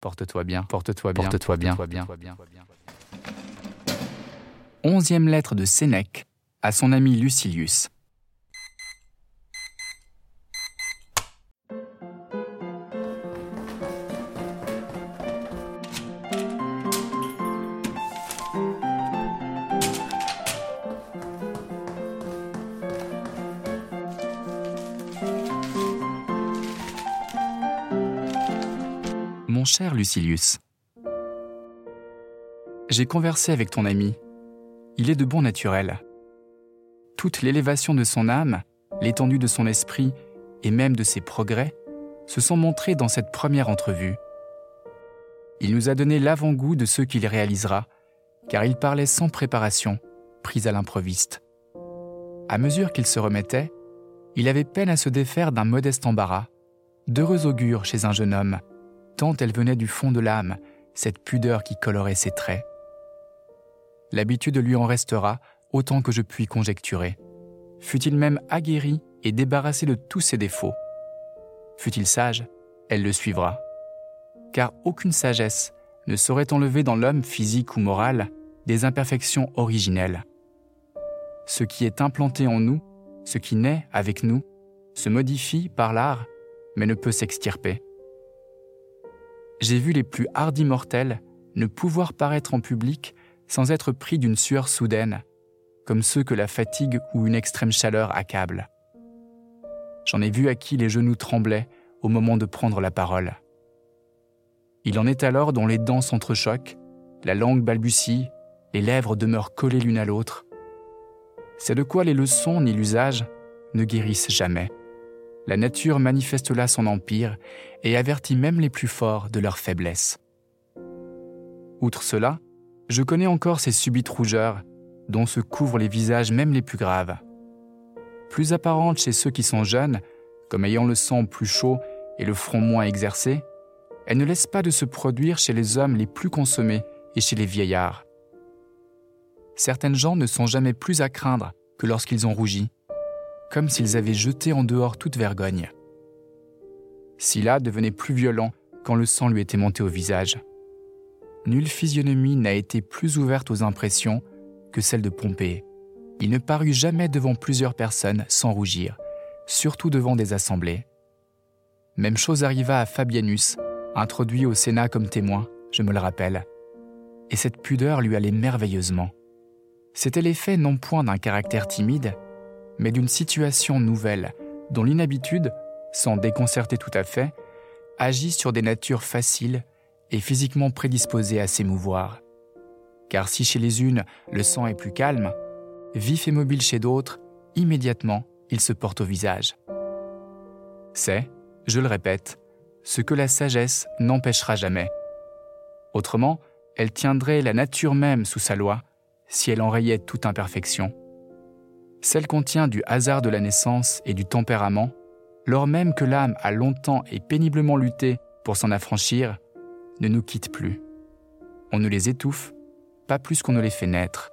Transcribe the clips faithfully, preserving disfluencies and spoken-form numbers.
porte-toi bien, porte-toi bien, porte-toi bien, porte-toi bien. Onzième lettre de Sénèque à son ami Lucilius. Mon cher Lucilius, j'ai conversé avec ton ami. Il est de bon naturel. Toute l'élévation de son âme, l'étendue de son esprit et même de ses progrès se sont montrés dans cette première entrevue. Il nous a donné l'avant-goût de ce qu'il réalisera, car il parlait sans préparation, pris à l'improviste. À mesure qu'il se remettait, il avait peine à se défaire d'un modeste embarras, d'heureux augure chez un jeune homme, tant elle venait du fond de l'âme, cette pudeur qui colorait ses traits. L'habitude lui en restera autant que je puis conjecturer. Fût-il même aguerri et débarrassé de tous ses défauts. Fût-il sage, elle le suivra. Car aucune sagesse ne saurait enlever dans l'homme physique ou moral des imperfections originelles. Ce qui est implanté en nous, ce qui naît avec nous, se modifie par l'art, mais ne peut s'extirper. J'ai vu les plus hardis mortels ne pouvoir paraître en public sans être pris d'une sueur soudaine, comme ceux que la fatigue ou une extrême chaleur accable. J'en ai vu à qui les genoux tremblaient au moment de prendre la parole. Il en est alors dont les dents s'entrechoquent, la langue balbutie, les lèvres demeurent collées l'une à l'autre. C'est de quoi les leçons ni l'usage ne guérissent jamais. La nature manifeste là son empire et avertit même les plus forts de leur faiblesse. Outre cela, je connais encore ces subites rougeurs dont se couvrent les visages même les plus graves. Plus apparentes chez ceux qui sont jeunes, comme ayant le sang plus chaud et le front moins exercé, elles ne laissent pas de se produire chez les hommes les plus consommés et chez les vieillards. Certaines gens ne sont jamais plus à craindre que lorsqu'ils ont rougi, comme s'ils avaient jeté en dehors toute vergogne. Sylla devenait plus violent quand le sang lui était monté au visage. Nulle physionomie n'a été plus ouverte aux impressions que celle de Pompée. Il ne parut jamais devant plusieurs personnes sans rougir, surtout devant des assemblées. Même chose arriva à Fabianus, introduit au Sénat comme témoin, je me le rappelle. Et cette pudeur lui allait merveilleusement. C'était l'effet non point d'un caractère timide, mais d'une situation nouvelle, dont l'inhabitude, sans déconcerter tout à fait, agit sur des natures faciles et physiquement prédisposées à s'émouvoir. Car si chez les unes, le sang est plus calme, vif et mobile chez d'autres, immédiatement, il se porte au visage. C'est, je le répète, ce que la sagesse n'empêchera jamais. Autrement, elle tiendrait la nature même sous sa loi, si elle enrayait toute imperfection. Celle qu'on tient du hasard de la naissance et du tempérament, lors même que l'âme a longtemps et péniblement lutté pour s'en affranchir, ne nous quitte plus. On ne les étouffe, pas plus qu'on ne les fait naître.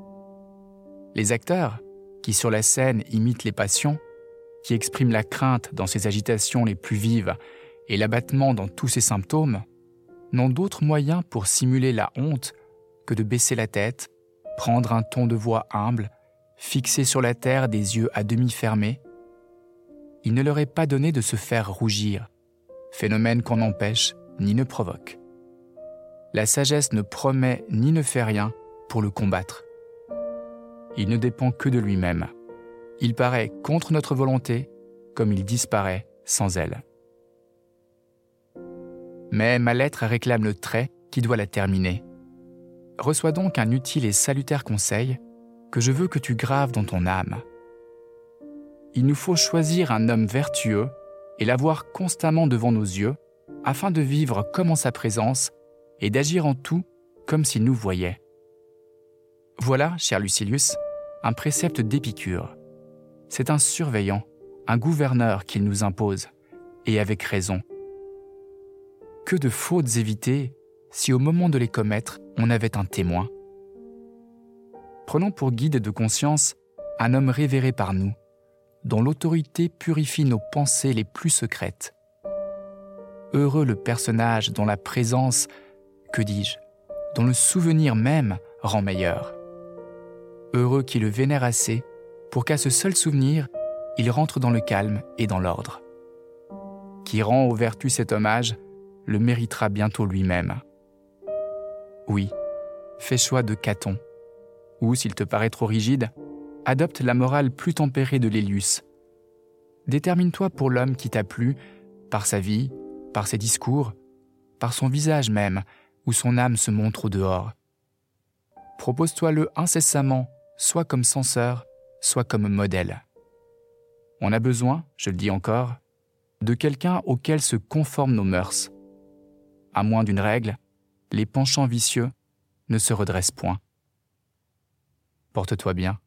Les acteurs, qui sur la scène imitent les passions, qui expriment la crainte dans ses agitations les plus vives et l'abattement dans tous ses symptômes, n'ont d'autre moyen pour simuler la honte que de baisser la tête, prendre un ton de voix humble, fixer sur la terre des yeux à demi fermés. Il ne leur est pas donné de se faire rougir, phénomène qu'on n'empêche ni ne provoque. La sagesse ne promet ni ne fait rien pour le combattre. Il ne dépend que de lui-même. Il paraît contre notre volonté, comme il disparaît sans elle. Mais ma lettre réclame le trait qui doit la terminer. Reçois donc un utile et salutaire conseil que je veux que tu graves dans ton âme. Il nous faut choisir un homme vertueux et l'avoir constamment devant nos yeux, afin de vivre comme en sa présence et d'agir en tout comme s'il nous voyait. Voilà, cher Lucilius, un précepte d'Épicure. C'est un surveillant, un gouverneur qu'il nous impose, et avec raison. Que de fautes évitées si au moment de les commettre, on avait un témoin. Prenons pour guide de conscience un homme révéré par nous, dont l'autorité purifie nos pensées les plus secrètes. heureux le personnage dont la présence, que dis-je, dont le souvenir même rend meilleur. Heureux qui le vénère assez pour qu'à ce seul souvenir, il rentre dans le calme et dans l'ordre. Qui rend aux vertus cet hommage, le méritera bientôt lui-même. Oui, fais choix de Caton, ou, s'il te paraît trop rigide, adopte la morale plus tempérée de Lélius. Détermine-toi pour l'homme qui t'a plu, par sa vie, par ses discours, par son visage même, où son âme se montre au dehors. Propose-toi-le incessamment, soit comme censeur, soit comme modèle. On a besoin, je le dis encore, de quelqu'un auquel se conforment nos mœurs. À moins d'une règle, les penchants vicieux ne se redressent point. Porte-toi bien.